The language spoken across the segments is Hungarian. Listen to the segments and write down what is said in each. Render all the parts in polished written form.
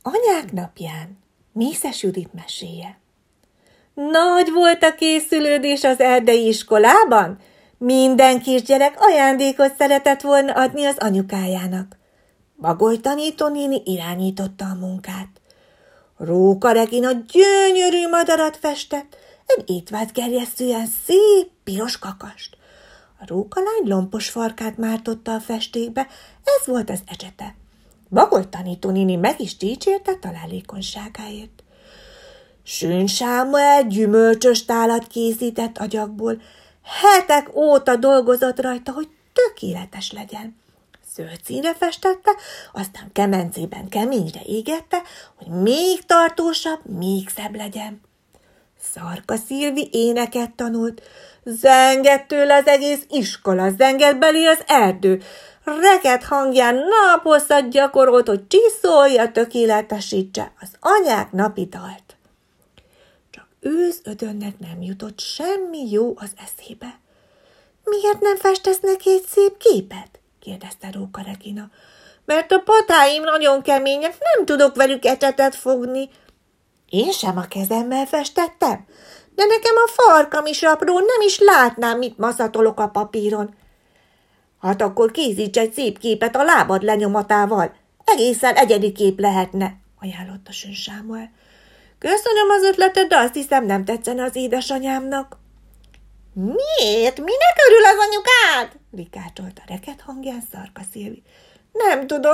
Anyák napján Mészes Judit meséje. Nagy volt a készülődés az erdei iskolában. Minden kisgyerek ajándékot szeretett volna adni az anyukájának. Bagoly tanítónéni irányította a munkát. Róka Regina gyönyörű madarat festett, egy étvágygerjesztően szép piros kakast. A rókalány lompos farkát mártotta a festékbe, ez volt az ecsete. Bagoly tanítónéni meg is dicsérte találékonyságáért. Sün Sámuel gyümölcsös tálat készített agyagból. Hetek óta dolgozott rajta, hogy tökéletes legyen. Zöld színre festette, aztán kemencében keményre égette, hogy még tartósabb, még szebb legyen. Szarka Szilvi éneket tanult, zengett tőle az egész iskola, zengett belé az erdő. Reket hangján naphosszat gyakorolt, hogy csiszolja, tökéletesítse az anyák napi dalt. Csak Ősz Ödönnek nem jutott semmi jó az eszébe. Miért nem festesz neki egy szép képet? kérdezte Róka Regina. Mert a patáim nagyon kemények, nem tudok velük ecsetet fogni. Én sem a kezemmel festettem, de nekem a farkam is apró, nem is látnám, mit maszatolok a papíron. Hát akkor készíts egy szép képet a lábad lenyomatával. Egészen egyedi kép lehetne, ajánlotta Sün Sámuel. Köszönöm az ötletet, de azt hiszem, nem tetszene az édesanyámnak. Miért? Minek örül az anyukád? Rikácsolt a reket hangján Szarka Szilvi. Nem tudom,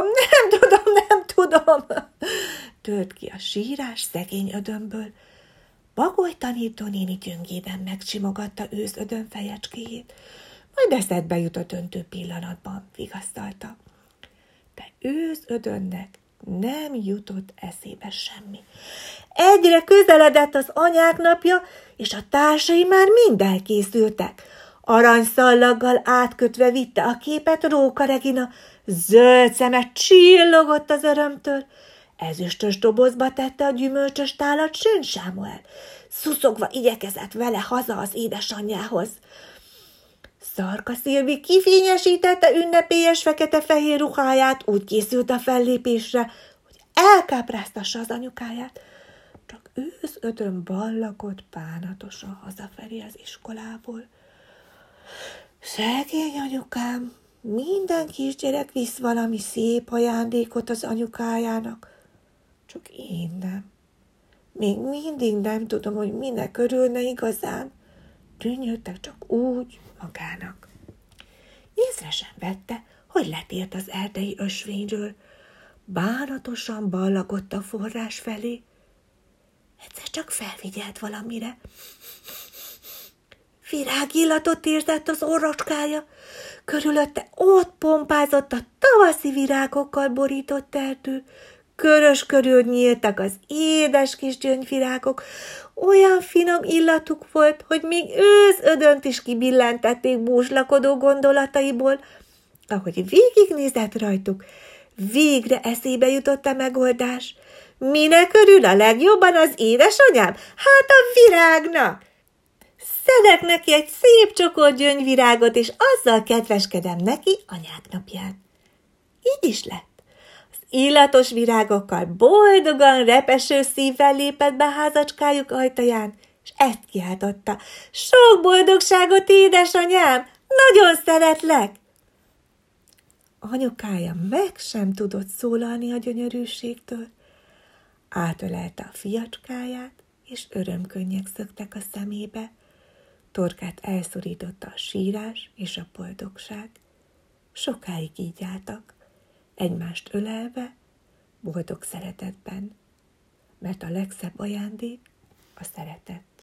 tört ki a sírás szegény Ödönből. Bagoly tanítónéni gyöngéden megsimogatta Ősz Ödön fejecskéjét, majd eszedbe jutott öntő pillanatban, vigasztalta. De Ősz Ödönnek nem jutott eszébe semmi. Egyre közeledett az anyák napja, és a társai már mind elkészültek. Aranyszallaggal átkötve vitte a képet Róka Regina, zöld szeme csillogott az örömtől. Ezüstös dobozba tette a gyümölcsös tálat Sün Sámuel. Szuszogva igyekezett vele haza az édesanyjához. Szarka Szilvi kifényesítette ünnepélyes fekete-fehér ruháját, úgy készült a fellépésre, hogy elkápráztassa az anyukáját. Csak Ősz Ödön ballagott bánatosan hazafelé az iskolából. Szegény anyukám, minden kisgyerek visz valami szép ajándékot az anyukájának, csak én nem. Még mindig nem tudom, hogy minek örülne igazán. Tűnődtek csak úgy magának. Észre sem vette, hogy letért az erdei ösvényről. Bánatosan ballagott a forrás felé. Egyszer csak felfigyelt valamire. Virágillatot érzett az orrocskája. Körülötte ott pompázott a tavaszi virágokkal borított erdő. Körös körül nyíltak az édes kis gyöngyvirágok. Olyan finom illatuk volt, hogy még Ősz Ödönt is kibillentették búslakodó gondolataiból. Ahogy végignézett rajtuk, végre eszébe jutott a megoldás. Minek örül a legjobban az édesanyám? Hát a virágnak! Szedek neki egy szép csokor gyöngyvirágot, és azzal kedveskedem neki anyák napján. Így is lett. Az illatos virágokkal boldogan, repeső szívvel lépett be házacskájuk ajtaján, és ezt kiáltotta. Sok boldogságot, édesanyám! Nagyon szeretlek! Anyukája meg sem tudott szólalni a gyönyörűségtől. Átölelte a fiacskáját, és örömkönnyek szöktek a szemébe. Torkát elszorította a sírás és a boldogság. Sokáig így álltak, egymást ölelve, boldog szeretetben, mert a legszebb ajándék a szeretet.